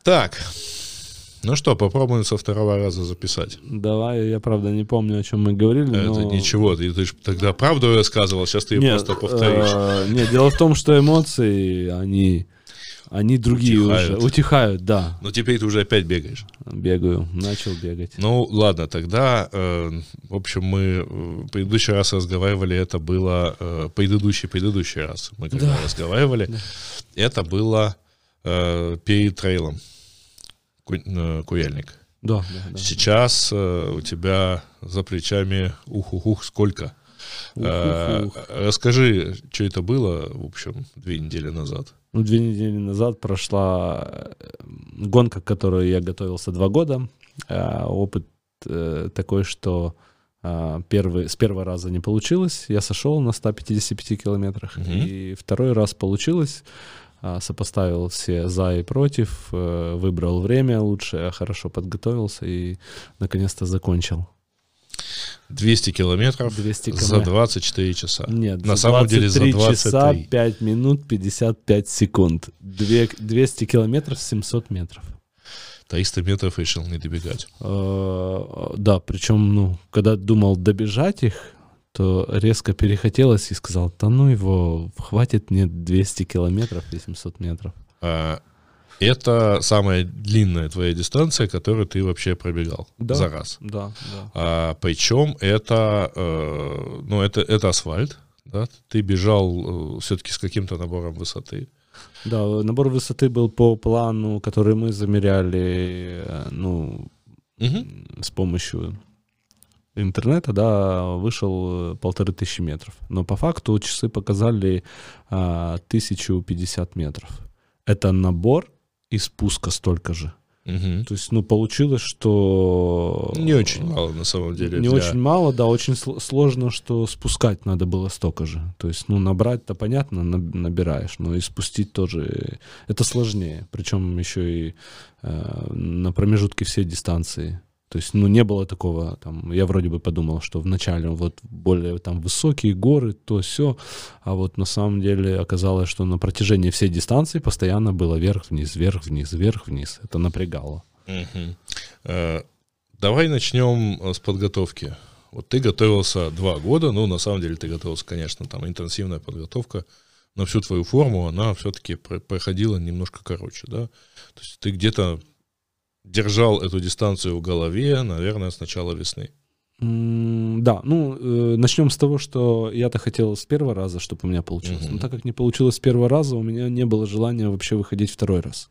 Так, ну что, попробуем со второго раза записать. Давай, я правда не помню, о чем мы говорили. Это ничего, ты же тогда правду рассказывал, сейчас ты ее просто повторишь. Нет, дело в том, что эмоции, они другие уже, утихают, да. Но теперь ты уже опять бегаешь. Бегаю, начал бегать. Ну, ладно, тогда, в общем, мы в предыдущий раз разговаривали, это было, предыдущий раз мы когда разговаривали, это было перед трейлом Куяльник. Да. Сейчас у тебя за плечами сколько? Расскажи, что это было, в общем, 2 недели назад. 2 недели назад прошла гонка, к которой я готовился 2 года. Опыт такой, что с первого раза не получилось. Я сошел на 155 километрах. И второй раз получилось. Сопоставил все за и против, выбрал время лучше, хорошо подготовился и наконец-то закончил. 200 километров за 24 часа. Нет, на самом деле за 23 часа 5 минут 55 секунд. 200 километров 700 метров. 300 метров решил не добегать. Да, причем, когда думал добежать их, то резко перехотелось и сказал, да ну его, хватит мне 200 километров и 700 метров. Это самая длинная твоя дистанция, которую ты вообще пробегал за раз. Да. Причем это асфальт, да? Ты бежал все-таки с каким-то набором высоты. Да, набор высоты был по плану, который мы замеряли, с помощью интернета, да, вышел 1500 метров. Но по факту часы показали 1050 метров. Это набор и спуска столько же. То есть, получилось, что... Не очень мало, на самом деле. Не очень мало, да, очень сложно, что спускать надо было столько же. То есть, набрать-то понятно, набираешь, но и спустить тоже, это сложнее. Причем еще и на промежутке всей дистанции. То есть, не было такого, я вроде бы подумал, что вначале более высокие горы, то все, а на самом деле оказалось, что на протяжении всей дистанции постоянно было вверх-вниз, вверх-вниз, вверх-вниз. Это напрягало. Давай начнем с подготовки. Ты готовился 2 года, на самом деле ты готовился, конечно, интенсивная подготовка, но всю твою форму, она все-таки проходила немножко короче, да? То есть ты где-то держал эту дистанцию в голове, наверное, с начала весны. Да, начнем с того, что я-то хотел с первого раза, чтобы у меня получилось. Но так как не получилось с первого раза, у меня не было желания вообще выходить второй раз.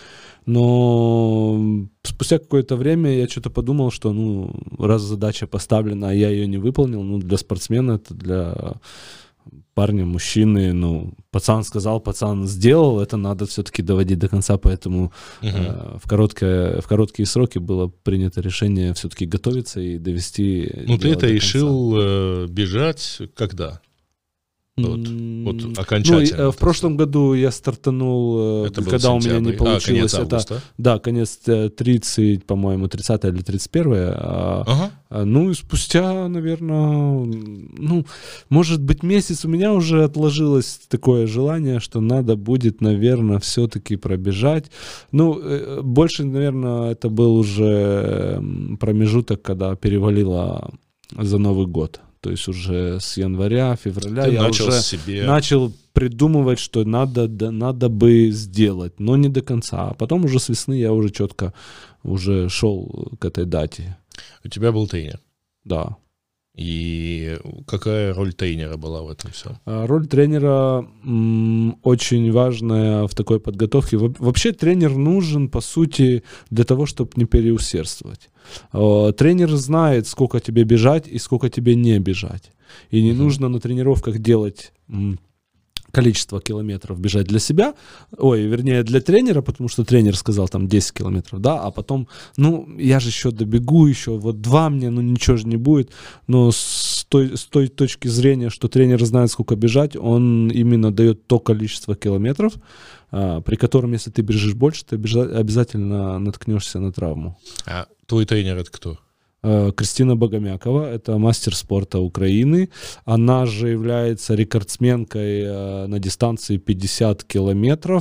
Но спустя какое-то время я что-то подумал, что, раз задача поставлена, а я ее не выполнил, для спортсмена, это для парня, мужчины, пацан сказал, пацан сделал, это надо все-таки доводить до конца, поэтому в короткие сроки было принято решение все-таки готовиться и довести. Ты это решил бежать когда? Окончательно. В прошлом году я стартанул, это когда у меня не получилось. Конец августа? Да, конец 30, по-моему, 30 или 31. И спустя, наверное, может быть, месяц у меня уже отложилось такое желание, что надо будет, наверное, все-таки пробежать. Больше, наверное, это был уже промежуток, когда перевалило за Новый год. То есть уже с января, февраля я уже начал придумывать, что надо бы сделать, но не до конца. А потом уже с весны я уже четко шел к этой дате. У тебя был тренер? Да. И какая роль тренера была в этом всем? Роль тренера очень важная в такой подготовке. Вообще тренер нужен, по сути, для того, чтобы не переусердствовать. Тренер знает, сколько тебе бежать и сколько тебе не бежать. И не нужно на тренировках делать количество километров бежать для себя, для тренера, потому что тренер сказал 10 километров, да, а потом, я же еще добегу, еще 2 мне, ничего же не будет, но с той точки зрения, что тренер знает, сколько бежать, он именно дает то количество километров, при котором, если ты бежишь больше, ты обязательно наткнешься на травму. А твой тренер это кто? Кристина Богомякова, это мастер спорта Украины. Она же является рекордсменкой на дистанции 50 километров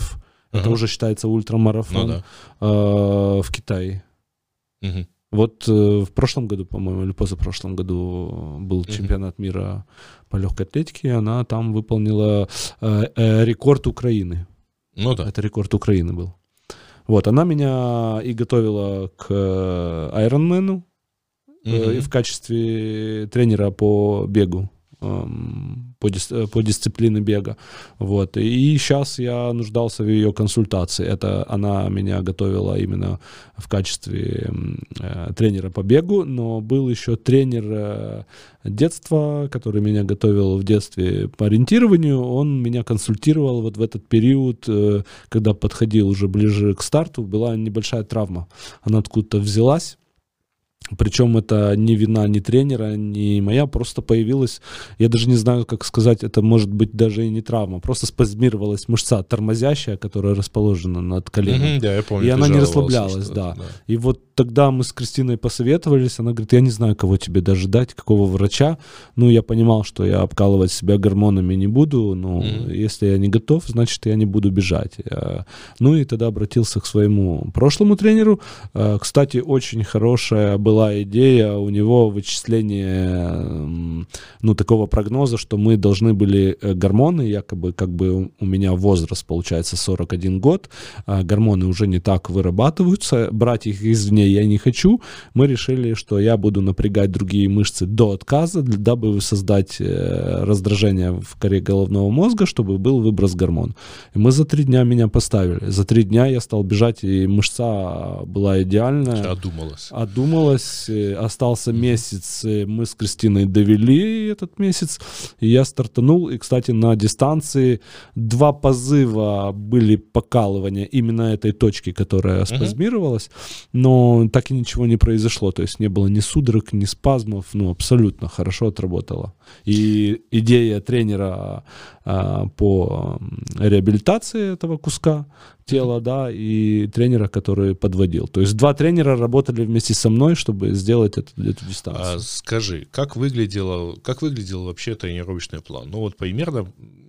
Это уже считается ультрамарафон в Китае. Вот в прошлом году, по-моему, или позапрошлом году был чемпионат мира по легкой атлетике, и она там выполнила рекорд Украины. Ну да. Это рекорд Украины был. Вот, она меня и готовила к Айронмену и в качестве тренера по бегу, по дисциплине бега. Вот. И сейчас я нуждался в ее консультации. Это она меня готовила именно в качестве тренера по бегу, но был еще тренер детства, который меня готовил в детстве по ориентированию. Он меня консультировал вот в этот период, когда подходил уже ближе к старту, была небольшая травма. Она откуда-то взялась. Причем это не вина ни тренера, ни моя, просто появилась, я даже не знаю, как сказать, это может быть даже и не травма, просто спазмировалась мышца тормозящая, которая расположена над коленом. Да, я помню, и она не расслаблялась, да. И вот тогда мы с Кристиной посоветовались, она говорит, я не знаю, кого тебе даже дать, какого врача. Ну, я понимал, что я обкалывать себя гормонами не буду, но если я не готов, значит, я не буду бежать. Ну, и тогда обратился к своему прошлому тренеру. Кстати, очень хорошая была идея у него вычисление, ну, такого прогноза, что мы должны были гормоны, якобы, как бы у меня возраст, получается, 41 год, гормоны уже не так вырабатываются, брать их извне я не хочу. Мы решили, что я буду напрягать другие мышцы до отказа, дабы создать раздражение в коре головного мозга, чтобы был выброс гормон. И мы за 3 дня меня поставили. За 3 дня я стал бежать, и мышца была идеальная. Одумалась. Остался месяц, мы с Кристиной довели этот месяц, и я стартанул. И, кстати, на дистанции 2 позыва были покалывания именно этой точки, которая спазмировалась, но так и ничего не произошло, то есть не было ни судорог, ни спазмов, ну, абсолютно хорошо отработало. И идея тренера по реабилитации этого куска тела, да, и тренера, который подводил. То есть 2 тренера работали вместе со мной, чтобы сделать эту дистанцию. А скажи, как выглядел вообще тренировочный план? Ну вот примерно,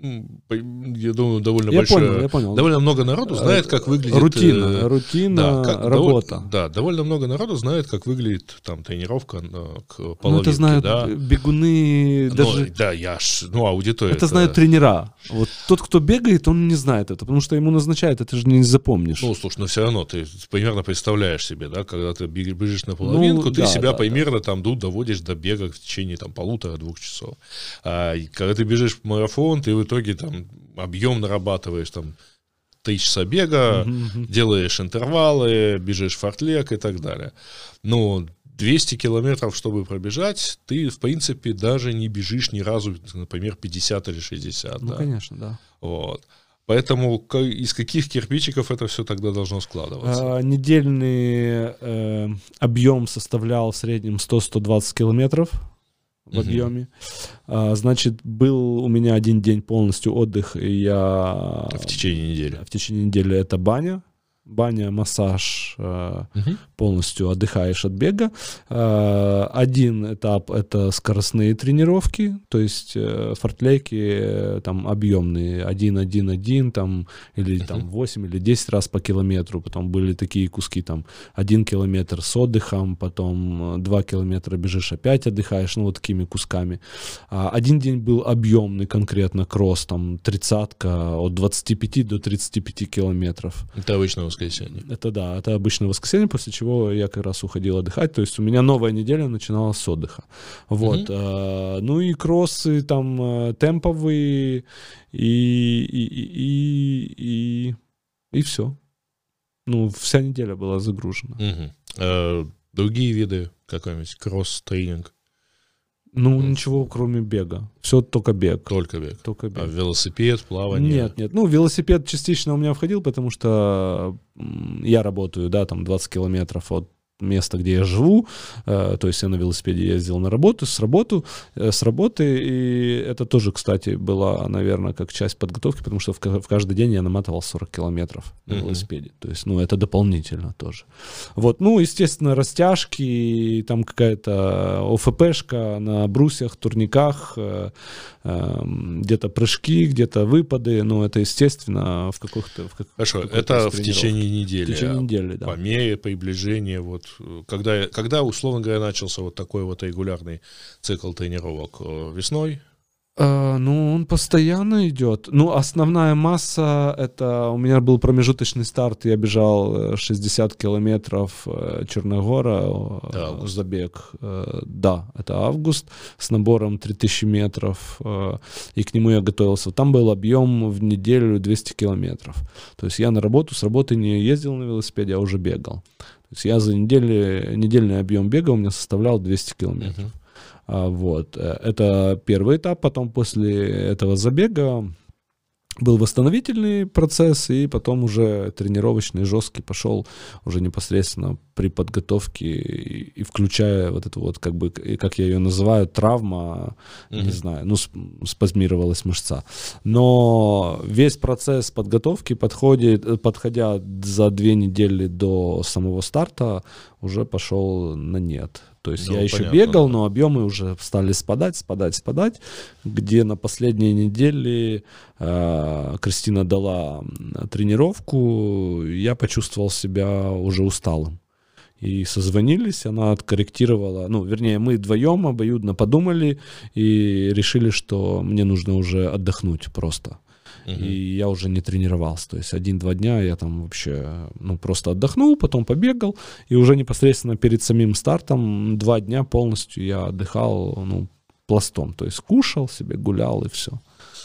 я думаю, довольно много народу знает, как выглядит... Рутина, работа. Довольно много народу знает, как выглядит там тренировка к половинке. Ну это знают бегуны, даже... аудитория. Это знают тренера. Вот тот, кто бегает, он не знает это, потому что ему назначают, это же не запомнишь. Ну, слушай, но все равно ты примерно представляешь себе, да, когда ты бежишь на половинку, ты себя примерно там доводишь до бега в течение там 1,5-2 часов. А когда ты бежишь марафон, ты в итоге там объем нарабатываешь там 3 часа бега, делаешь интервалы, бежишь фортлек и так далее. Но 200 километров, чтобы пробежать, ты, в принципе, даже не бежишь ни разу, например, 50 или 60. Ну, конечно, да. Вот. Поэтому из каких кирпичиков это все тогда должно складываться? Недельный объем составлял в среднем 100-120 километров в объеме. Значит, был у меня 1 день полностью отдых, и я... В течение недели? В течение недели это баня, массаж, полностью отдыхаешь от бега. 1 этап — это скоростные тренировки, то есть фортлеки там объемные, 1-1-1, там, или там 8 или 10 раз по километру. Потом были такие куски, там 1 километр с отдыхом, потом 2 километра бежишь, опять отдыхаешь, ну вот такими кусками. 1 день был объемный конкретно, кросс, там 30-ка, от 25 до 35 километров. Это обычно воскресенье. Это да, это обычное воскресенье, после чего я как раз уходил отдыхать. То есть у меня новая неделя начиналась с отдыха. Вот. Ну и кроссы там темповые, и все. Ну, вся неделя была загружена. Другие виды, какой-нибудь кросс-тренинг? Ну, ничего, кроме бега. Все только бег. Только бег. Только бег. А велосипед, плавание? Нет. Ну, велосипед частично у меня входил, потому что я работаю, да, там 20 километров от места, где я живу, то есть я на велосипеде ездил на работу, с работы, и это тоже, кстати, была, наверное, как часть подготовки, потому что в каждый день я наматывал 40 километров на велосипеде, то есть, это дополнительно тоже. Вот, естественно, растяжки, там какая-то ОФПшка на брусьях, турниках, где-то прыжки, где-то выпады, это, естественно, в каких-то... Хорошо, это в течение недели. В течение недели, да. По мере приближения, когда, условно говоря, начался вот такой вот регулярный цикл тренировок? Весной? Он постоянно идет. Основная масса, это у меня был промежуточный старт, я бежал 60 километров Черногора, забег. Да, это август, с набором 3000 метров, и к нему я готовился. Там был объем в неделю 200 километров. То есть я на работу, с работы не ездил на велосипеде, а уже бегал. То есть я за недельный объем бега у меня составлял 200 километров. Вот. Это первый этап, потом после этого забега был восстановительный процесс, и потом уже тренировочный, жесткий пошел уже непосредственно при подготовке, и включая вот эту вот, как я ее называю, травма, не знаю, спазмировалась мышца. Но весь процесс подготовки, подходя за 2 недели до самого старта, уже пошел на нет. То есть я еще бегал, но объемы уже стали спадать, где на последней неделе Кристина дала тренировку, я почувствовал себя уже усталым. И созвонились, она откорректировала, мы вдвоем обоюдно подумали и решили, что мне нужно уже отдохнуть просто. И я уже не тренировался. То есть 1-2 дня я там вообще просто отдохнул, потом побегал, и уже непосредственно перед самим стартом 2 дня полностью я отдыхал пластом. То есть кушал себе, гулял и все.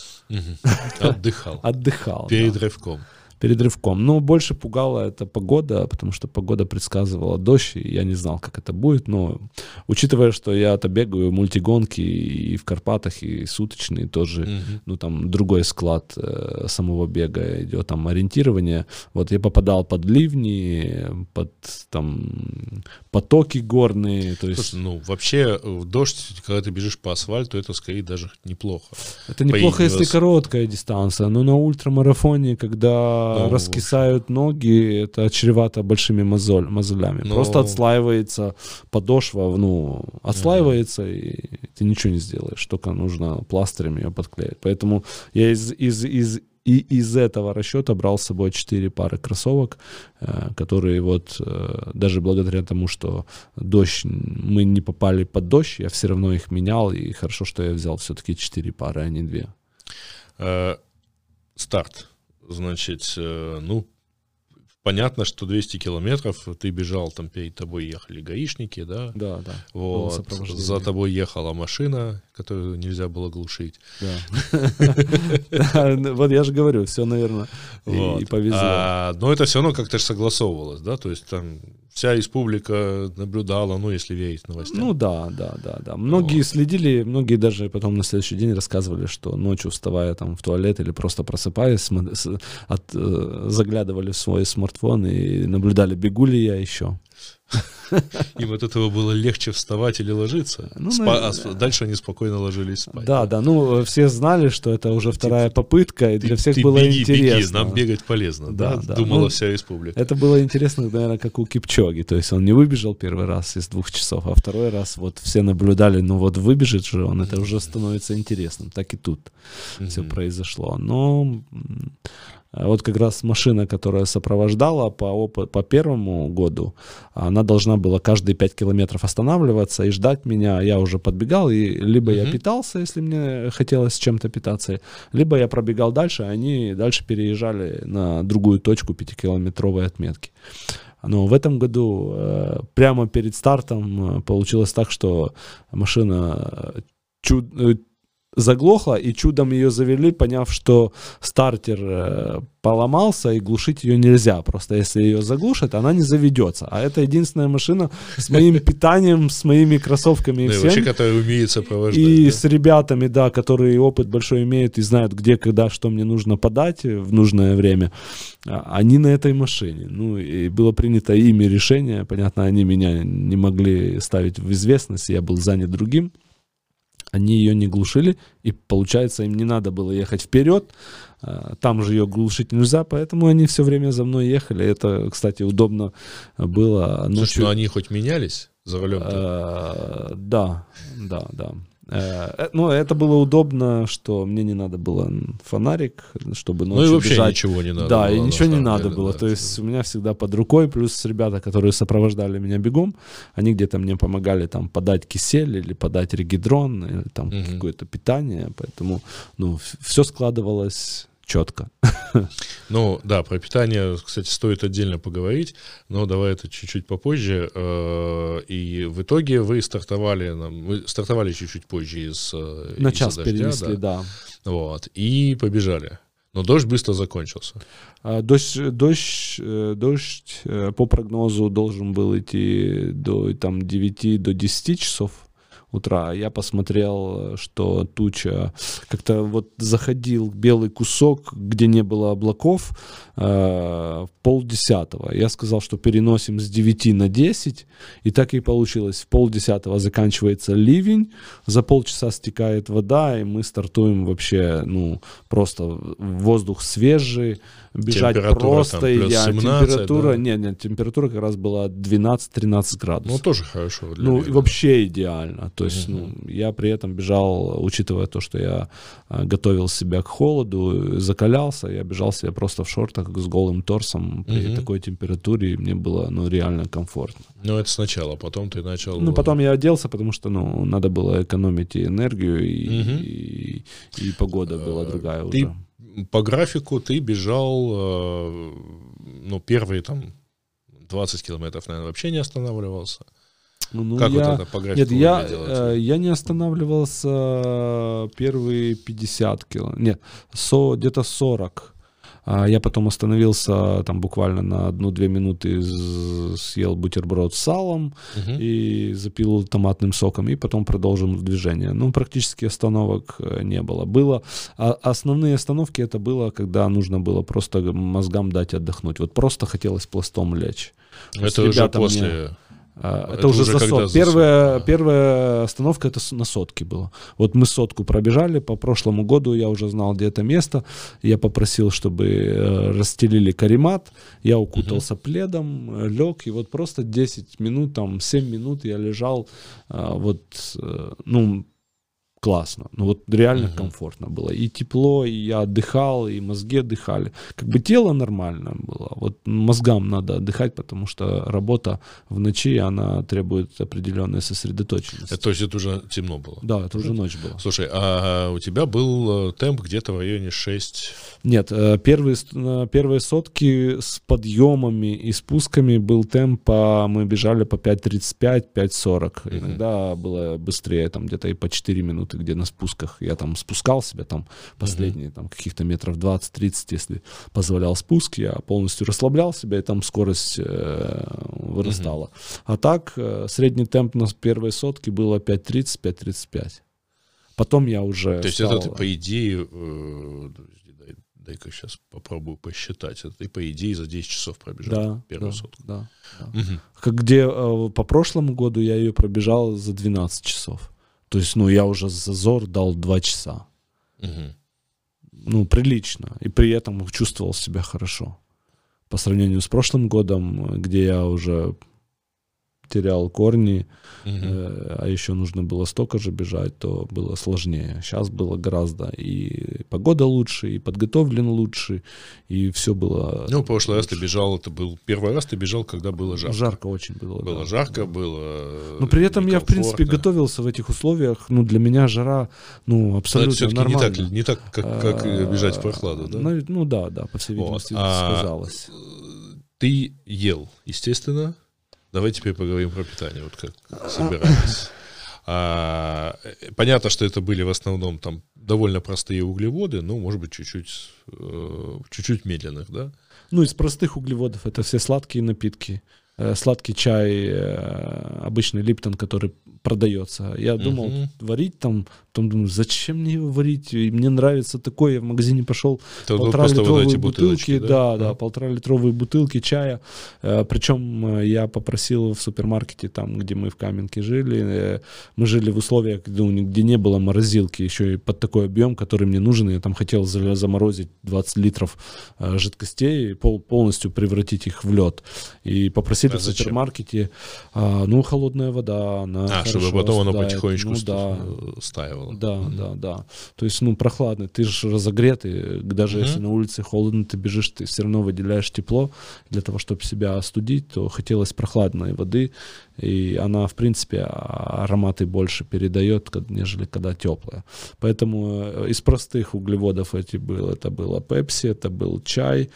Отдыхал. Отдыхал. Перед рывком. Перед рывком. Больше пугала это погода, потому что погода предсказывала дождь, и я не знал, как это будет. Но учитывая, что я-то бегаю мультигонки и в Карпатах, и суточные тоже, там другой склад самого бега идет, там ориентирование. Вот я попадал под ливни, под потоки горные. То есть... Слушай, вообще дождь, когда ты бежишь по асфальту, это скорее даже неплохо. Это неплохо, если короткая дистанция, но на ультрамарафоне, когда раскисают ноги, это чревато большими мозолями. Просто отслаивается подошва, отслаивается, и ты ничего не сделаешь, только нужно пластырем ее подклеить. Поэтому я из этого расчета брал с собой 4 пары кроссовок, которые даже благодаря тому, что мы не попали под дождь, я все равно их менял, и хорошо, что я взял все-таки 4 пары, а не 2. Старт. Значит, понятно, что 200 километров ты бежал, там перед тобой ехали гаишники, да? Да. Вот, за тобой ехала машина, которую нельзя было глушить. Да. Вот я же говорю, все, наверное, и повезло. Но это все равно как-то же согласовывалось, да? То есть там вся республика наблюдала, если верить новостям. Да. Многие следили, многие даже потом на следующий день рассказывали, что ночью, вставая там в туалет или просто просыпаясь, заглядывали в свой смартфон и наблюдали, бегу ли я еще. Им от этого было легче вставать или ложиться. Дальше они спокойно ложились спать. Да. Все знали, что это уже вторая попытка, и для всех было интересно. Беги, нам бегать полезно, да? Думала вся республика. Это было интересно, наверное, как у Кипчоги. То есть он не выбежал первый раз из 2 часов, а второй раз все наблюдали, выбежит же он, это уже становится интересным. Так и тут все произошло. Но... Вот как раз машина, которая сопровождала по первому году, она должна была каждые 5 километров останавливаться и ждать меня. Я уже подбегал, и либо я питался, если мне хотелось чем-то питаться, либо я пробегал дальше, а они дальше переезжали на другую точку 5-километровой отметки. Но в этом году прямо перед стартом получилось так, что машина заглохла, и чудом ее завели, поняв, что стартер поломался, и глушить ее нельзя. Просто если ее заглушат, она не заведется. А это единственная машина с моим питанием, с моими кроссовками и Да, и всем. вообще, которая умеет сопровождать. И да? с ребятами, да, которые опыт большой имеют и знают, где, когда, что мне нужно подать в нужное время. Они на этой машине. Ну, и было принято ими решение. Понятно, они меня не могли ставить в известность, я был занят другим. Они ее не глушили, и, получается, им не надо было ехать вперед, там же ее глушить нельзя, поэтому они все время за мной ехали. Это, кстати, удобно было. Слушай, но они хоть менялись за рулем? Да. Ну, это было удобно, что мне не надо было фонарик, чтобы ночью ну и вообще бежать. Ничего не надо да, было. И ничего не надо деле, было. Да, то есть у меня всегда под рукой, плюс ребята, которые сопровождали меня бегом, они где-то мне помогали там подать кисель или подать регидрон, или там какое-то питание, поэтому, ну, все складывалось четко. Ну, да, про питание, кстати, стоит отдельно поговорить, но давай это чуть-чуть попозже. И в итоге вы стартовали чуть-чуть позже На час дождя, перенесли, да. Вот, и побежали. Но дождь быстро закончился. Дождь по прогнозу должен был идти до 9 до 10 часов утра. Я посмотрел, что туча как-то вот заходил белый кусок, где не было облаков, в 9:30. Я сказал, что переносим с 9 на 10, и так и получилось. В 9:30 заканчивается ливень, за полчаса стекает вода, и мы стартуем вообще, ну, просто воздух свежий, бежать просто идеально. Температура, да? нет, температура как раз была 12-13 градусов. Ну, тоже хорошо. Ну, вообще идеально. То есть, я при этом бежал, учитывая то, что я готовил себя к холоду, закалялся, я бежал себе просто в шортах с голым торсом при такой температуре, и мне было, ну, реально комфортно. Ну, это сначала, потом ты начал... Ну, потом я оделся, потому что, ну, надо было экономить и энергию, и погода была другая уже. По графику ты бежал, ну, первые там 20 километров, наверное, вообще не останавливался. Ну, как вот это по графику выглядело? Я не останавливался первые 50 километров. Нет, где-то 40. Я потом остановился там буквально на 1-2 минуты, съел бутерброд с салом и запил томатным соком, и потом продолжил движение. Ну, практически остановок не было. Основные остановки это было, когда нужно было просто мозгам дать отдохнуть. Вот просто хотелось пластом лечь. Это уже после... Это уже за сот. Первая остановка это на сотке была. Вот мы сотку пробежали. По прошлому году я уже знал, где это место. Я попросил, чтобы расстелили каремат. Я укутался пледом, лег. И вот просто 10 минут, там 7 минут я лежал. Ну, классно. Ну вот реально комфортно было. И тепло, и я отдыхал, и мозги отдыхали. Как бы тело нормально было. Вот мозгам надо отдыхать, потому что работа в ночи, она требует определенной сосредоточенности. То есть это уже темно было? Да, это уже ночь была. Слушай, а у тебя был темп где-то в районе 6? Нет, первые сотки с подъемами и спусками был темп, мы бежали по 5:35, 5:40. Иногда было быстрее, там где-то и по 4 минуты, где на спусках. Я там спускал себя, там последние там, каких-то метров 20-30, если позволял спуск, я полностью расслаблял себя, и там скорость вырастала. А так, средний темп на первой сотке было 5:30, 5:35. Потом я уже То есть это ты, по идее, дай-ка сейчас попробую посчитать, это ты, по идее, за 10 часов пробежал первую сотку. Да. Где по прошлому году я ее пробежал за 12 часов. То есть, ну, я уже зазор дал 2 часа. Ну, прилично. И при этом чувствовал себя хорошо. По сравнению с прошлым годом, где я уже терял корни, а еще нужно было столько же бежать, то было сложнее. Сейчас было гораздо и погода лучше, и подготовлен лучше, и все было... Ну, в прошлый раз ты бежал, это был первый раз ты бежал, когда было жарко. Жарко очень было. Было жарко, было но при этом я, в принципе, готовился в этих условиях. Ну, для меня жара, ну, абсолютно нормально. Но это все-таки не так, как бежать в прохладу, да? Ну, да, по всей видимости, сказалось. Ты ел, естественно. Давай теперь поговорим про питание, вот как собирались. Понятно, что это были в основном там довольно простые углеводы, ну, может быть, чуть-чуть медленных, да? Ну, из простых углеводов это все сладкие напитки. Сладкий чай, обычный Липтон, который продается. Я думал варить там, потом думаю, зачем мне его варить? И мне нравится такое. Я в магазине пошел, 1,5-литровые бутылки, да, 1,5-литровые бутылки чая. Причем я попросил в супермаркете, там, где мы в Каменке жили, мы жили в условиях, где не было морозилки, еще и под такой объем, который мне нужен. Я там хотел заморозить 20 литров жидкостей, полностью превратить их в лед. И попросил в супермаркете, холодная вода, она чтобы потом оно остывает. потихонечку стаивало. Да. То есть, прохладно. Ты же разогретый, даже если на улице холодно, ты бежишь, ты все равно выделяешь тепло. Для того, чтобы себя остудить, то хотелось прохладной воды, и она, в принципе, ароматы больше передает, нежели когда теплая. Поэтому из простых углеводов это было пепси, это был чай,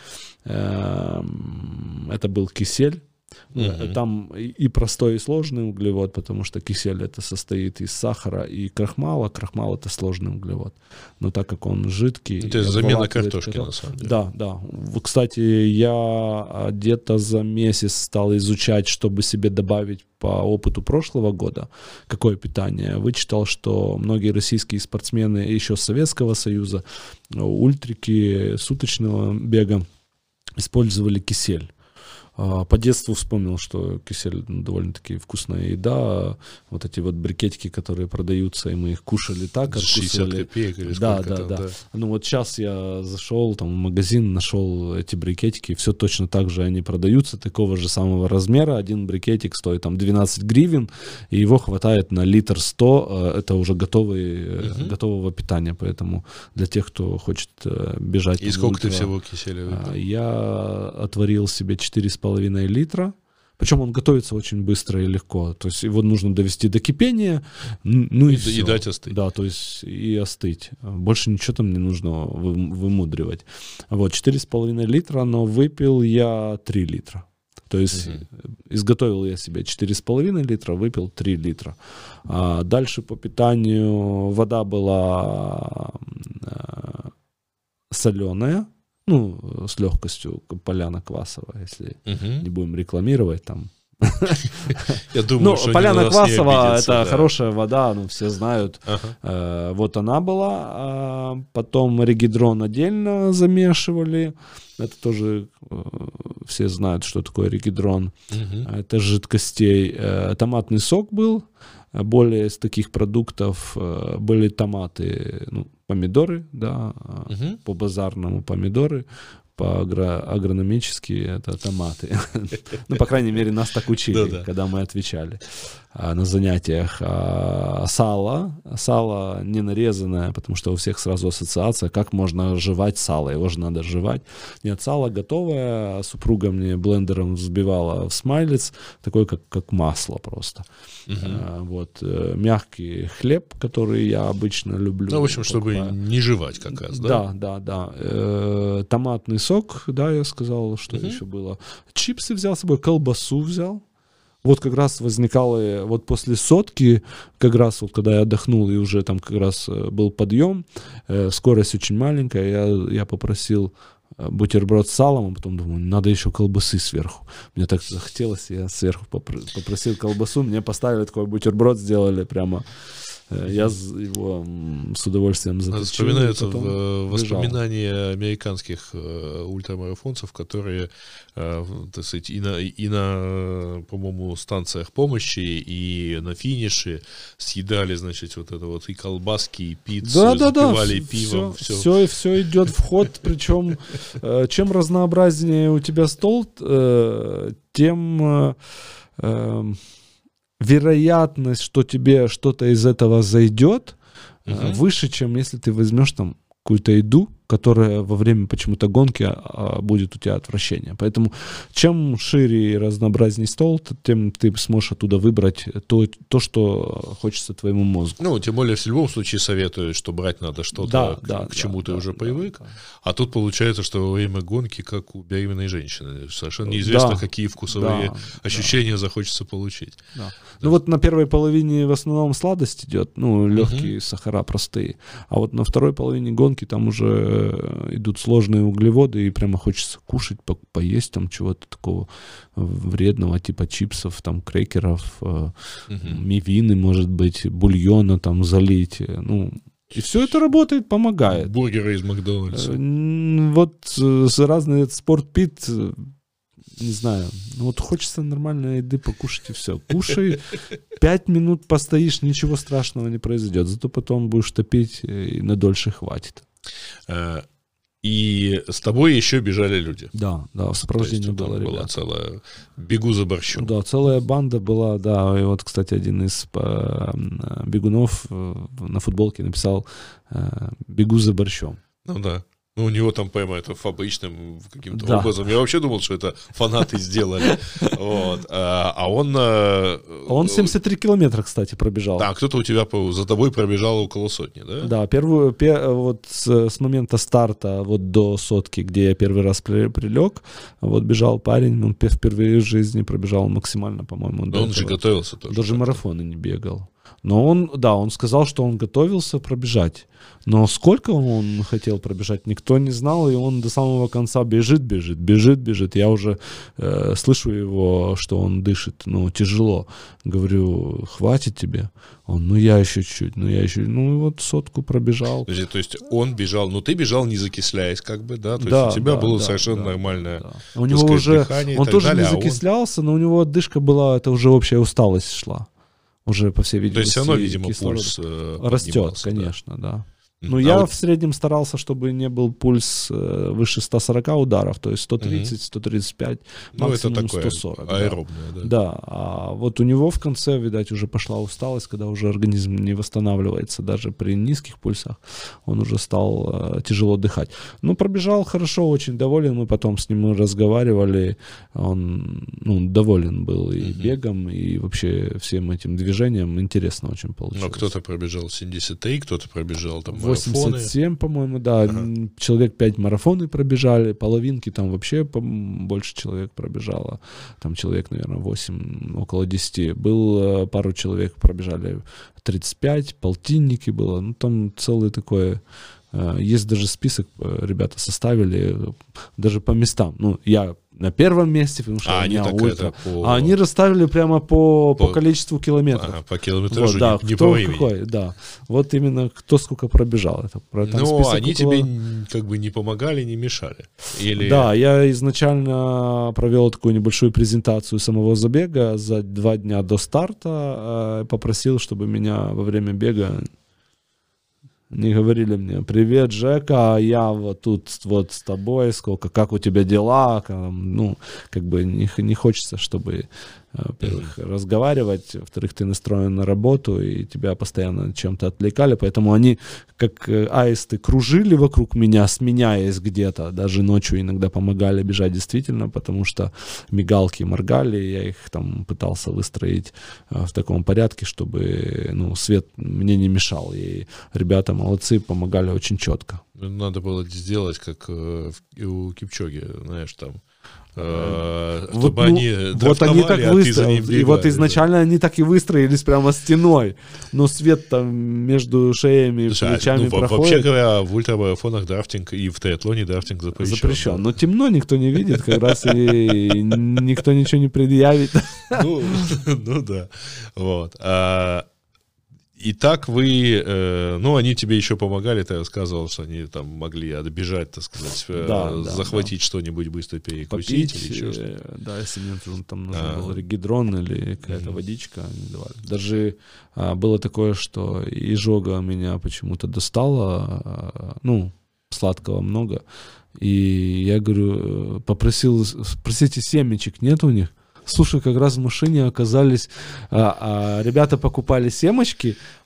это был кисель. Там и простой, и сложный углевод, потому что кисель это состоит из сахара и крахмала. Крахмал это сложный углевод. Но так как он жидкий... Это замена картошки, на самом деле. Да. Кстати, я где-то за месяц стал изучать, чтобы себе добавить по опыту прошлого года, какое питание. Вычитал, что многие российские спортсмены еще с Советского Союза, ультрики суточного бега, использовали кисель. По детству вспомнил, что кисель довольно-таки вкусная еда. Вот эти вот брикетики, которые продаются, и мы их кушали так, 60 копеек или сколько там, да. Ну вот сейчас я зашел там, в магазин, нашел эти брикетики, все точно так же они продаются, такого же самого размера. Один брикетик стоит там 12 гривен, и его хватает на 1,100 литра. Это уже готового питания, поэтому для тех, кто хочет бежать... И сколько ты всего киселя выпил? Я отварил себе 4,5 литра. Причем он готовится очень быстро и легко. То есть его нужно довести до кипения, и дать остыть. Да, то есть и остыть. Больше ничего там не нужно вымудривать. Вот, 4,5 литра, но выпил я 3 литра. То есть изготовил я себе 4,5 литра, выпил 3 литра. А дальше по питанию вода была соленая, с легкостью поляна квасовая, если не будем рекламировать там. Я думаю, что поляна квасова это хорошая вода, все знают. Вот она была. Потом регидрон отдельно замешивали. Это тоже все знают, что такое регидрон. Это жидкостей. Томатный сок был. Более из таких продуктов были томаты, помидоры, да, по-базарному помидоры, по-агрономически это томаты. По крайней мере, нас так учили, когда мы отвечали на занятиях. Сало не нарезанное, потому что у всех сразу ассоциация, как можно жевать сало, его же надо жевать. Нет, сало готовое, супруга мне блендером взбивала в смайлец, такой, как масло просто. Вот, мягкий хлеб, который я обычно люблю. В общем, чтобы не жевать как раз, да? Да. Томатный сок, да, я сказал, что еще было. Чипсы взял с собой, колбасу взял. Вот как раз возникало, вот после сотки, как раз вот когда я отдохнул и уже там как раз был подъем, скорость очень маленькая, я попросил бутерброд с салом, а потом думаю, надо еще колбасы сверху. Мне так захотелось, я сверху попросил колбасу, мне поставили такой бутерброд, сделали прямо. Я его с удовольствием заточил. Вспоминаются воспоминания американских ультрамарафонцев, которые, так сказать, и на, по-моему, станциях помощи, и на финише съедали, значит, вот это вот и колбаски, и пиццу, запивали пивом. Все идет в ход, причем чем разнообразнее у тебя стол, тем... вероятность, что тебе что-то из этого зайдет, выше, чем если ты возьмешь там какую-то еду, которое во время почему-то гонки будет у тебя отвращение. Поэтому чем шире и разнообразней стол, тем ты сможешь оттуда выбрать то, что хочется твоему мозгу. Ну, тем более в любом случае советуют, что брать надо что-то, к чему ты уже привык. А тут получается, что во время гонки, как у беременной женщины, совершенно неизвестно, какие вкусовые ощущения захочется получить. Да. Ну вот на первой половине в основном сладость идет, легкие сахара простые. А вот на второй половине гонки там уже идут сложные углеводы, и прямо хочется кушать, поесть там чего-то такого вредного, типа чипсов, там крекеров, мивины, может быть, бульона там залить, и все это работает, помогает. Бургеры из Макдональдса. Вот разный спортпит, не знаю, вот хочется нормальной еды покушать, и все. Кушай, 5 минут постоишь, ничего страшного не произойдет. Зато потом будешь топить, и на дольше хватит. И с тобой еще бежали люди. Да, в сопровождении было ребята. Была целая «Бегу за борщом». Да, целая банда была, да. И вот, кстати, один из бегунов на футболке написал «Бегу за борщом». Ну да. Ну, у него там прямо это обычным каким-то образом. Я вообще думал, что это фанаты сделали. Вот. А он... Он 73 километра, кстати, пробежал. Да, кто-то у тебя за тобой пробежал около сотни, да? Да, вот с момента старта вот до сотки, где я первый раз прилег, вот бежал парень, он впервые в жизни пробежал максимально, по-моему. Но он же готовился тоже. Даже марафоны не бегал. Но он сказал, что он готовился пробежать. Но сколько он хотел пробежать, никто не знал, и он до самого конца бежит. Я уже слышу его, что он дышит, тяжело. Говорю, хватит тебе? Он, я еще чуть, и вот сотку пробежал. То есть он бежал, ты бежал не закисляясь, как бы, да? То есть у тебя было совершенно нормальное У него уже, он тоже не закислялся, но у него отдышка была, это уже общая усталость шла. Уже, по всей видимости, то есть все равно, видимо, пульс растет, конечно, да. Я в среднем старался, чтобы не был пульс выше 140 ударов, то есть 130-135, максимум это такое 140. аэробное, да. Да, а вот у него в конце, видать, уже пошла усталость, когда уже организм не восстанавливается даже при низких пульсах, он уже стал тяжело дыхать. Пробежал хорошо, очень доволен, мы потом с ним разговаривали, он доволен был и бегом, и вообще всем этим движением, интересно очень получилось. Но кто-то пробежал 73, кто-то пробежал там 87, по-моему, да. Человек 5 марафоны пробежали, половинки там вообще больше человек пробежало. Там человек, наверное, 8, около 10. Пару человек пробежали 35, полтинники было. Там целый такой... Есть даже список, ребята составили, даже по местам. Я на первом месте, потому что они расставили прямо по количеству километров. По километражу, вот, не по времени. Какой, да. Вот именно кто сколько пробежал. Они тебе как бы не помогали, не мешали. Или... Да, я изначально провел такую небольшую презентацию самого забега за 2 дня до старта. Попросил, чтобы меня во время бега не говорили мне: привет, Жека, я вот тут вот с тобой, как у тебя дела? Как бы не хочется, чтобы, во-первых, разговаривать, во-вторых, ты настроен на работу, и тебя постоянно чем-то отвлекали, поэтому они, как аисты, кружили вокруг меня, сменяясь где-то, даже ночью иногда помогали бежать действительно, потому что мигалки моргали, я их там пытался выстроить в таком порядке, чтобы свет мне не мешал, и ребята молодцы, помогали очень четко. Надо было сделать, как у Кипчоги, знаешь, там, чтобы они так выстроились. И вот изначально они так и выстроились прямо стеной. Но свет там между шеями и плечами проходит. Вообще говоря, в ультрамарафонах драфтинг и в триатлоне драфтинг запрещен. Но темно, никто не видит, как раз и никто ничего не предъявит. Ну да. Вот. И так вы, они тебе еще помогали, ты рассказывал, что они там могли отбежать, так сказать, захватить что-нибудь, быстро перекусить. Попить, или еще что-то. Да, если мне там нужен был регидрон или какая-то водичка, они давали. Даже было такое, что изжога меня почему-то достала, сладкого много, и я говорю, попросил, спросите, семечек нет у них? Слушай, как раз в машине оказались, ребята покупали семечки,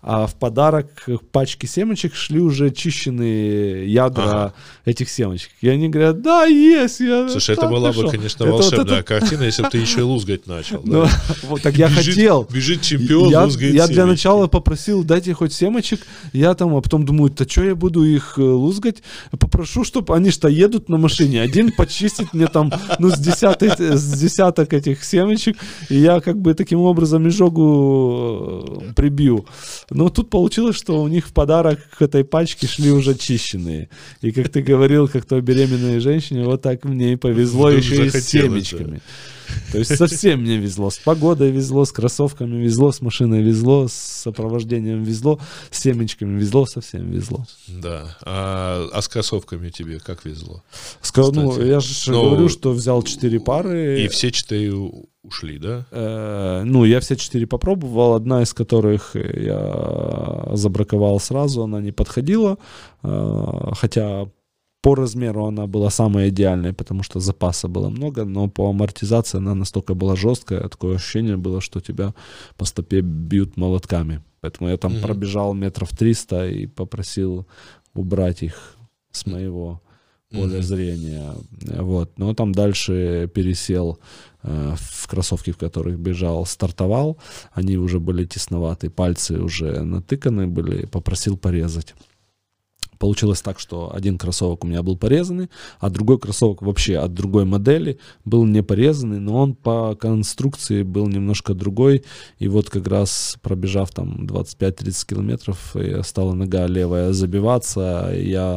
а в подарок к пачке семечек шли уже чищенные ядра этих семечек. И они говорят, да, есть. Слушай, это была бы, конечно, волшебная картина, если бы ты еще и лузгать начал. Да? Вот так я хотел. Бежит чемпион, лузгает Я для начала попросил, дайте хоть семечек. Я там, а потом думаю, да что я буду их лузгать? Попрошу, чтобы они что едут на машине. Один почистит мне там, с десяток этих семечек, и я как бы таким образом изжогу прибью. Но тут получилось, что у них в подарок к этой пачке шли уже чищенные. И как ты говорил, как той беременной женщине, вот так мне и повезло еще и с семечками. То есть совсем мне везло. С погодой везло, с кроссовками везло, с машиной везло, с сопровождением везло, с семечками везло, совсем везло. Да. А с кроссовками тебе как везло? Я же говорю, что взял 4 пары. И все 4 ушли, да? Я все 4 попробовал. Одна из которых я забраковал сразу, она не подходила. Хотя по размеру она была самая идеальная, потому что запаса было много, но по амортизации она настолько была жесткая, такое ощущение было, что тебя по стопе бьют молотками. Поэтому я там пробежал 300 метров и попросил убрать их с моего поля зрения. Вот. Но там дальше пересел в кроссовки, в которых бежал, стартовал. Они уже были тесноваты, пальцы уже натыканы были, попросил порезать. Получилось так, что один кроссовок у меня был порезанный, а другой кроссовок вообще от другой модели был не порезанный, но он по конструкции был немножко другой. И вот как раз пробежав там 25-30 километров, стала нога левая забиваться.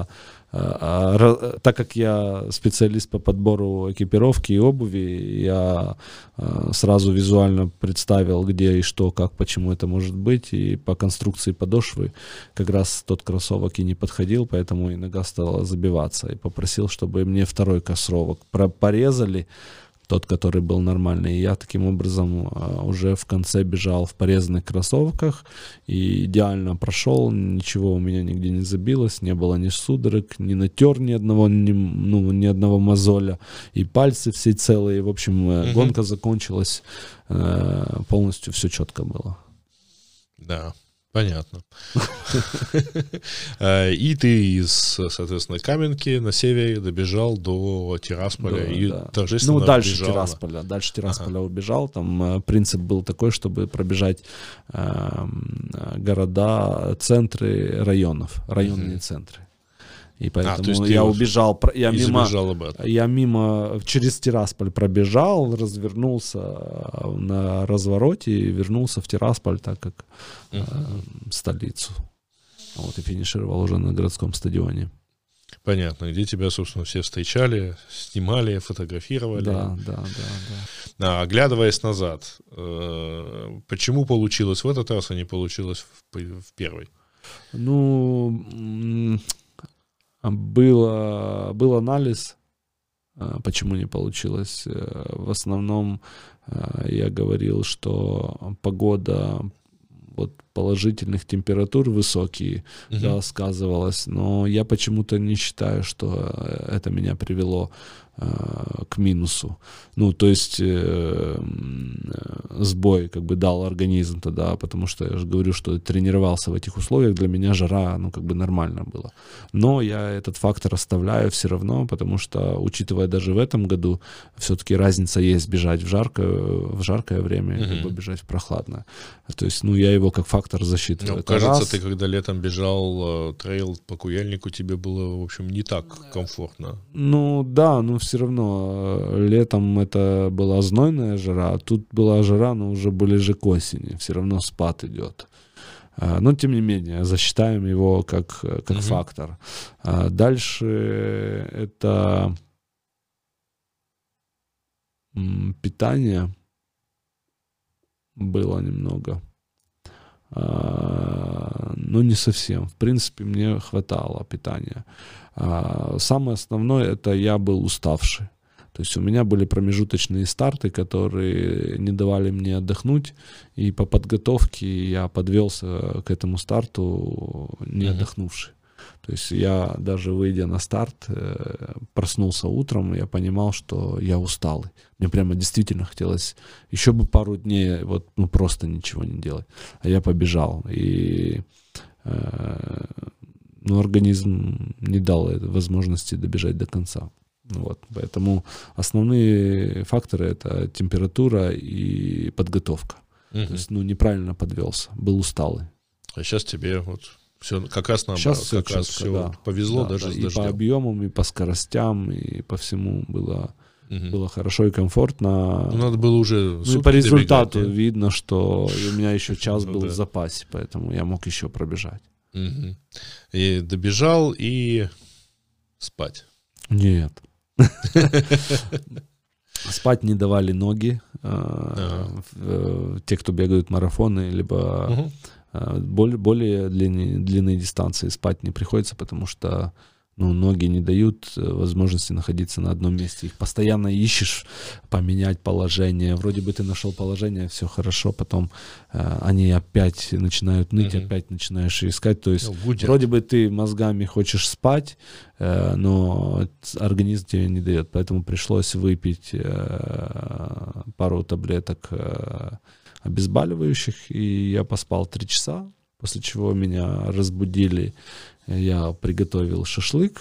Так как я специалист по подбору экипировки и обуви, я сразу визуально представил, где и что, как, почему это может быть. И по конструкции подошвы как раз тот кроссовок и не подходил, поэтому и нога стала забиваться. И попросил, чтобы мне второй кроссовок порезали, тот, который был нормальный. И я таким образом уже в конце бежал в порезанных кроссовках и идеально прошел, ничего у меня нигде не забилось, не было ни судорог, ни натер ни одного мозоля, и пальцы все целые. В общем, гонка закончилась, полностью все четко было. Да. Понятно. И ты из, соответственно, Каменки на севере добежал до Тирасполя и торжественно дальше Тирасполя. Дальше Тирасполя убежал. Там принцип был такой, чтобы пробежать города, центры районов, районные центры. И поэтому я убежал, я мимо через Тирасполь пробежал, развернулся на развороте и вернулся в Тирасполь, так как столицу. Вот, и финишировал уже на городском стадионе. Понятно, где тебя, собственно, все встречали, снимали, фотографировали. Да. Оглядываясь назад, почему получилось в этот раз, а не получилось в первый? Был анализ, почему не получилось. В основном я говорил, что погода, положительных температур высокие, сказывалась, но я почему-то не считаю, что это меня привело к минусу. То есть сбой дал организм тогда, потому что я же говорю, что тренировался в этих условиях, для меня жара, нормально было. Но я этот фактор оставляю все равно, потому что, учитывая даже в этом году, все-таки разница есть бежать в жаркое время и бежать в прохладное. То есть, я его как фактор засчитываю. Кажется, ты когда летом бежал трейл по Куяльнику, тебе было, в общем, не так комфортно. Все равно летом это была знойная жара, а тут была жара, но уже ближе к осени. Все равно спад идет. Но, тем не менее, засчитаем его как фактор. Дальше это питание было немного. Но не совсем. В принципе, мне хватало питания. Самое основное, это я был уставший. То есть у меня были промежуточные старты, которые не давали мне отдохнуть. И по подготовке я подвелся к этому старту не отдохнувший. То есть я даже выйдя на старт, проснулся утром, я понимал, что я усталый. Мне прямо действительно хотелось еще бы пару дней вот, ну, просто ничего не делать. А я побежал. И ну, организм не дал этой возможности добежать до конца. Вот. Поэтому основные факторы — это температура и подготовка. То есть, ну, неправильно подвелся, был усталый. А сейчас тебе вот все как раз наоборот, Сейчас как раз все да. повезло, Да, даже да. с И дождем. по объемам, и по скоростям, и по всему было хорошо и комфортно. Ну, надо было уже Ну и сутки по результату добегать, видно, что у меня еще час Ну был да. в запасе, поэтому я мог еще пробежать. Мгм. И добежал, и спать. Нет. Спать не давали ноги. Те, кто бегают марафоны, либо Мгм. более длинные дистанции, спать не приходится, потому что ну, ноги не дают возможности находиться на одном месте. Их постоянно ищешь, поменять положение. Вроде бы ты нашел положение, все хорошо, потом они опять начинают ныть, опять начинаешь искать. То есть Гудят. вроде бы ты мозгами хочешь спать, но организм тебе не дает. Поэтому пришлось выпить пару таблеток обезболивающих, и я поспал 3 часа, после чего меня разбудили. Я приготовил шашлык,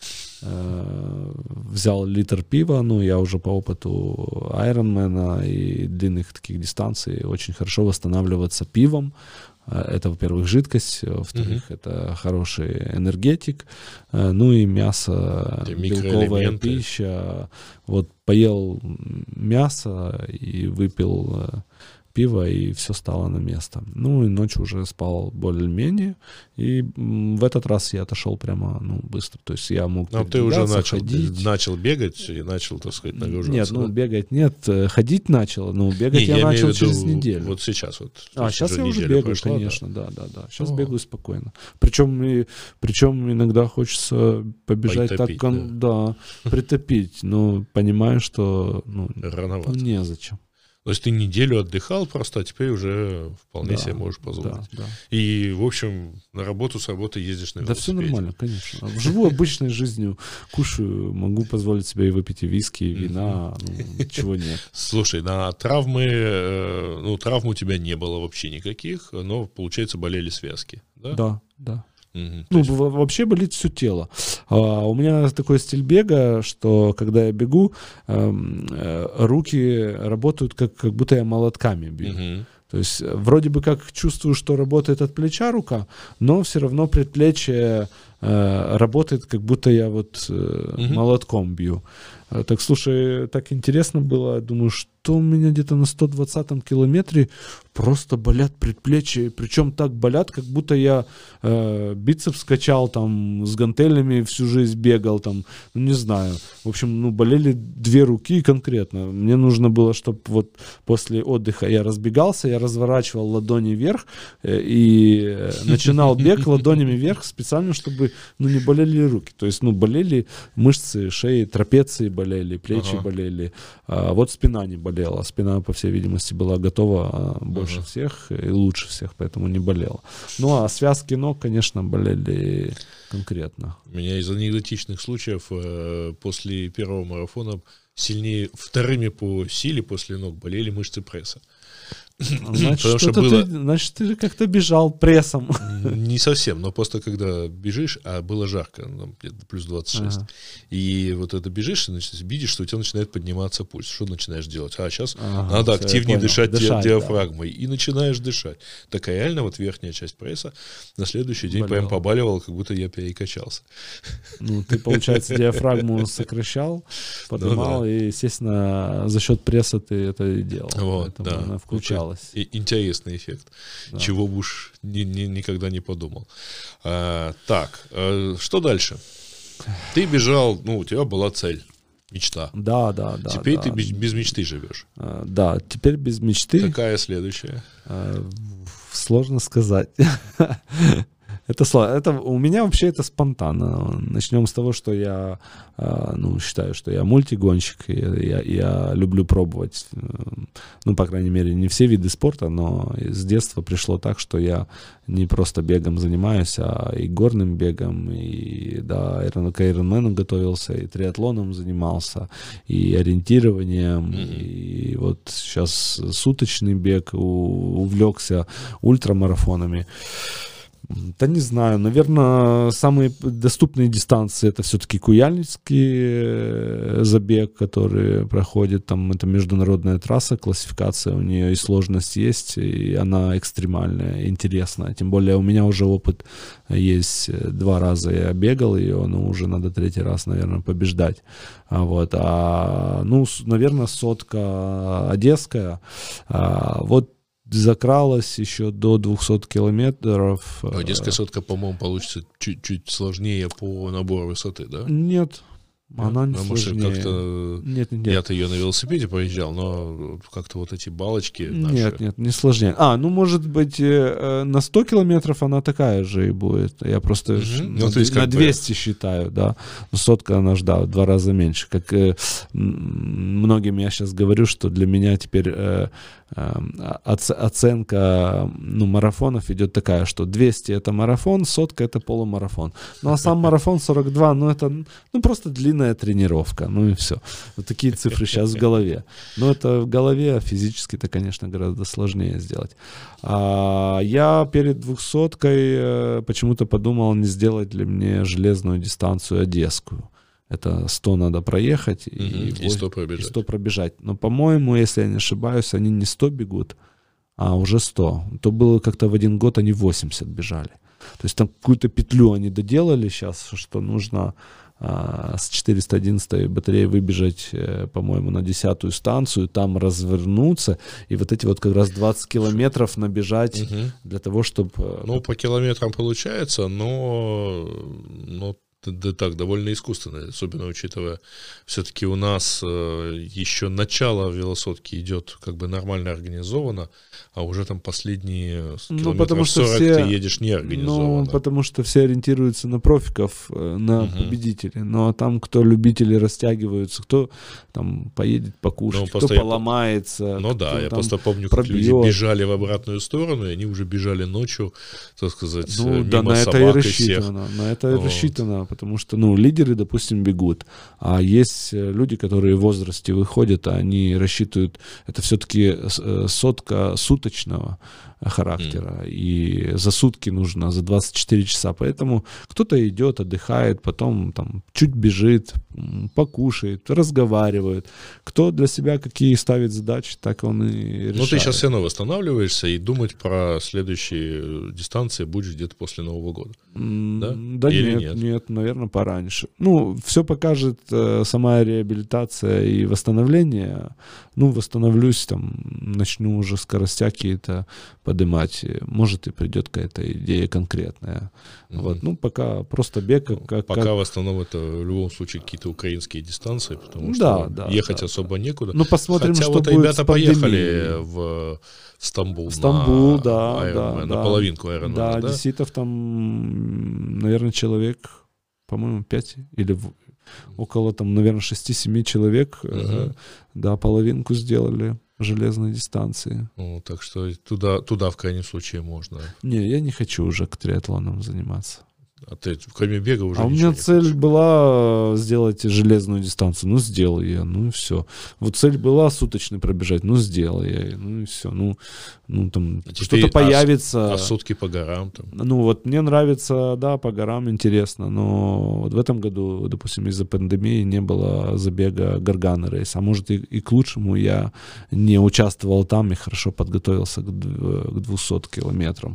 взял литр пива, ну, я уже по опыту айронмена и длинных таких дистанций очень хорошо восстанавливаться пивом. Это, во-первых, жидкость, во-вторых, это хороший энергетик, ну и мясо, белковая пища. Вот поел мясо и выпил пиво, и все стало на место. Ну и ночью уже спал более-менее, и в этот раз я отошел прямо, ну, быстро. То есть я мог ты уже ходить. начал бегать и начал, так сказать, нагружаться. Нет, ну, бегать нет, ходить начал, но бегать я начал через неделю. Вот сейчас вот. Сейчас я уже бегаю, прошла, конечно, да. Сейчас бегаю спокойно. Причем иногда хочется побежать Притопить, так, да, притопить, но понимаю, что рановато. Незачем. То есть ты неделю отдыхал просто, а теперь уже вполне себе можешь позволить. Да. И, в общем, на работу с работы ездишь на велосипеде. Да все нормально, конечно. Живу обычной жизнью, кушаю, могу позволить себе и выпить и виски, и вина, чего нет. Слушай, на травмы, травм у тебя не было вообще никаких, но, получается, болели связки, да? Да. Есть... вообще болит все тело. У меня такой стиль бега, что когда я бегу, руки работают как будто я молотками бью. То есть вроде бы как чувствую, что работает от плеча рука, но все равно предплечье работает, как будто я вот молотком бью. Так, слушай, так интересно было. Думаю, что у меня где-то на 120-м километре просто болят предплечья. Причем так болят, как будто я бицепс качал там с гантелями всю жизнь бегал там, не знаю. В общем, болели 2 руки конкретно. Мне нужно было, чтобы вот после отдыха я разбегался, я разворачивал ладони вверх и начинал бег ладонями вверх специально, чтобы не болели руки. То есть, болели мышцы шеи, трапеции болели, плечи болели. А вот спина не болела. Спина, по всей видимости, была готова больше всех и лучше всех, поэтому не болела. Ну, а связки ног, конечно, болели конкретно. У меня из анекдотичных случаев после первого марафона сильнее, вторыми по силе после ног болели мышцы пресса. Значит, ты же как-то бежал прессом. Не совсем, но просто когда бежишь, а было жарко, где-то плюс 26, и вот это бежишь, и видишь, что у тебя начинает подниматься пульс. Что начинаешь делать? Сейчас надо активнее дышать диафрагмой. И начинаешь дышать. Так реально вот верхняя часть пресса на следующий день прям побаливала, как будто я перекачался. Ты, получается, диафрагму сокращал, поднимал, и, естественно, за счет пресса ты это и делал. Вот, поэтому она включалась. Интересный эффект, чего бы уж никогда не подумал. Так, что дальше? Ты бежал, у тебя была цель, мечта. Да. Теперь ты без мечты живешь. Да, теперь без мечты. Какая следующая? Сложно сказать. это у меня вообще это спонтанно. Начнем с того, что я считаю, что я мультигонщик, я люблю пробовать, ну, по крайней мере, не все виды спорта, но с детства пришло так, что я не просто бегом занимаюсь, а и горным бегом, и к Ironman готовился, и триатлоном занимался, и ориентированием, и вот сейчас суточный бег, увлекся ультрамарафонами. Да не знаю, наверное, самые доступные дистанции это все-таки Куяльницкий забег, который проходит, там это международная трасса, классификация у нее и сложность есть, и она экстремальная, интересная. Тем более у меня уже опыт есть, 2 раза я бегал ее, но уже надо 3-й раз, наверное, побеждать. Вот. Наверное, сотка одесская. Вот закралась еще до 200 километров. Одесская сотка, по-моему, получится чуть-чуть сложнее по набору высоты, да? Нет, она не сложнее. Как-то... Нет. Я-то ее на велосипеде проезжал, но как-то вот эти балочки наши... Нет, не сложнее. Может быть, на 100 километров она такая же и будет. Я просто на 200 считаю, да. Но сотка, она же, в 2 раза меньше. Как многим я сейчас говорю, что для меня теперь... оценка марафонов идет такая, что 200 это марафон, 100 это полумарафон. Ну а сам марафон 42, это просто длинная тренировка, и все. Вот такие цифры сейчас в голове. Но это в голове, а физически это, конечно, гораздо сложнее сделать. Я перед 200-кой почему-то подумал, не сделать ли мне железную дистанцию одесскую. Это 100 надо проехать и 100 пробежать. 100 пробежать. Но, по-моему, если я не ошибаюсь, они не 100 бегут, а уже 100. То было как-то в один год они 80 бежали. То есть там какую-то петлю они доделали сейчас, что нужно с 411 батареи выбежать, по-моему, на 10-ю станцию, там развернуться и вот эти вот как раз 20 километров набежать для того, чтобы... По километрам получается, но да так, довольно искусственно, особенно учитывая, все-таки у нас еще начало велосотки идет как бы нормально организовано, а уже там последние километров 40 ты едешь неорганизованно. Потому что все ориентируются на профиков, на победителей. Ну, а там кто любители растягиваются, кто там поедет покушать, кто поломается. Я просто помню, как люди бежали в обратную сторону, и они уже бежали ночью, так сказать, мимо собак и всех. На это и рассчитано, потому что, лидеры, допустим, бегут, а есть люди, которые в возрасте выходят, а они рассчитывают, это все-таки сотка суточного характера, и за сутки нужно, за 24 часа, поэтому кто-то идет, отдыхает, потом там чуть бежит, покушает, разговаривает, кто для себя какие ставит задачи, так он и решает. Ты сейчас все равно восстанавливаешься, и думать про следующие дистанции будешь где-то после Нового года, да? Или нет, наверное, пораньше. Все покажет сама реабилитация и восстановление. Восстановлюсь, начну уже скоростя какие-то поднимать, может, и придет какая-то идея конкретная. Пока просто бег. Пока в основном это в любом случае какие-то украинские дистанции, потому что ехать особо некуда. Посмотрим, хотя что вот будет ребята поехали в Стамбул, на половинку Ironman. Да, одесситов там, наверное, человек, по-моему, 5 или около, наверное, 6-7 человек, половинку сделали железной дистанции. Так что туда в крайнем случае можно. Не, я не хочу уже к триатлонам заниматься. А ты, кроме бега, уже у меня цель была сделать железную дистанцию. Сделал я, и все. Вот цель была суточный пробежать, сделал я, и все. Там что-то появится. А сутки по горам там? Мне нравится, по горам интересно, но вот в этом году, допустим, из-за пандемии не было забега Гаргана рейса. А может, и к лучшему я не участвовал там и хорошо подготовился к 200 километрам.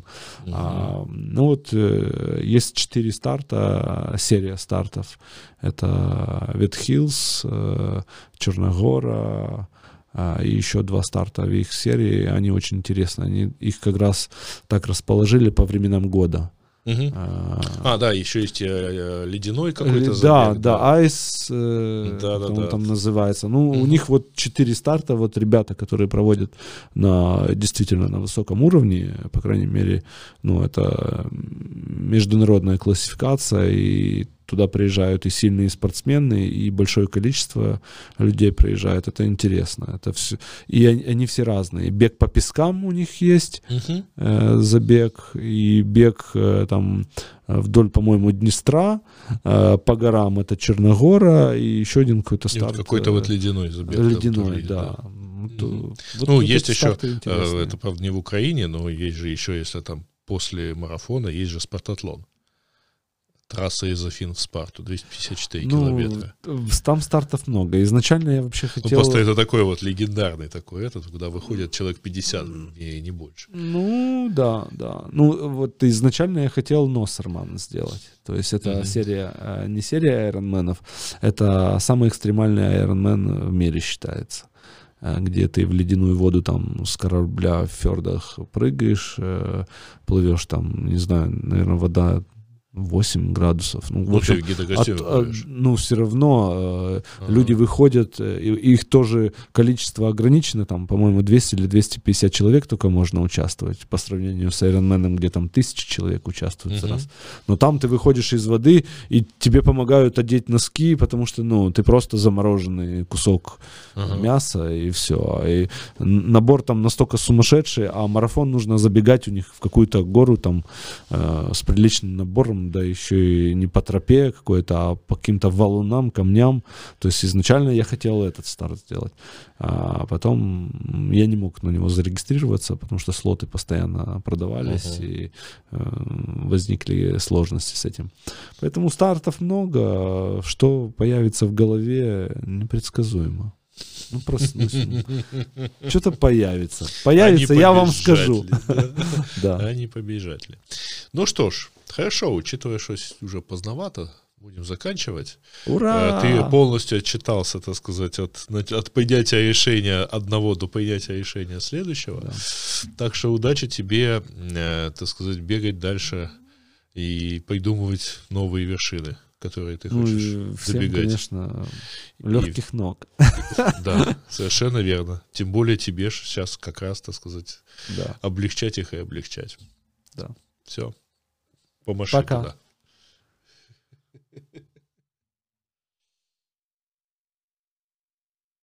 Есть 4 старта, серия стартов. Это Ветхилс, Черногора и еще 2 старта в их серии. Они очень интересны. Они их как раз так расположили по временам года. Да, еще есть ледяной какой-то забег. Да, Айс, он там называется. Ну, у них вот 4 старта, вот ребята, которые проводят действительно на высоком уровне, по крайней мере, ну, это международная классификация, и туда приезжают и сильные спортсмены, и большое количество людей приезжает. Это интересно. Это все. И они все разные. Бег по пескам у них есть, забег, и бег там вдоль, по-моему, Днестра, по горам это Черногора, и еще один какой-то старт. Какой-то вот ледяной забег. Ледяной, да. Есть еще, это, правда, не в Украине, но есть же еще, если там после марафона, есть же спартатлон. Трасса из Афин в Спарту, 254 километра. Там стартов много. Изначально я вообще хотел... Просто это такой вот легендарный такой куда выходит человек 50, и не больше. Да. Ну, вот изначально я хотел Носсерман сделать. То есть это серия, не серия айронменов, это самый экстремальный айронмен в мире считается. Где ты в ледяную воду там с корабля в фьордах прыгаешь, плывешь там, не знаю, наверное, вода 8 градусов. Все равно люди выходят, их тоже количество ограничено, там, по-моему, 200 или 250 человек только можно участвовать, по сравнению с Ironman, где там 1000 человек участвуют за раз. Но там ты выходишь из воды, и тебе помогают одеть носки, потому что, ты просто замороженный кусок мяса, и все. И набор там настолько сумасшедший, а марафон нужно забегать у них в какую-то гору там с приличным набором, да еще и не по тропе какой-то, а по каким-то валунам, камням. То есть изначально я хотел этот старт сделать. А потом я не мог на него зарегистрироваться, потому что слоты постоянно продавались, и возникли сложности с этим. Поэтому стартов много. Что появится в голове, непредсказуемо. Проснусь. Что-то появится. Появится, я вам скажу. А не побежать ли. Ну что ж, хорошо, учитывая, что уже поздновато, будем заканчивать. Ура! Ты полностью отчитался, так сказать, от принятия решения одного до принятия решения следующего. Да. Так что удачи тебе, так сказать, бегать дальше и придумывать новые вершины, которые ты хочешь всем, добегать. Конечно, легких ног. Да, совершенно верно. Тем более тебе сейчас как раз, так сказать, облегчать их и облегчать. Да. Все. Помаши Пока. туда.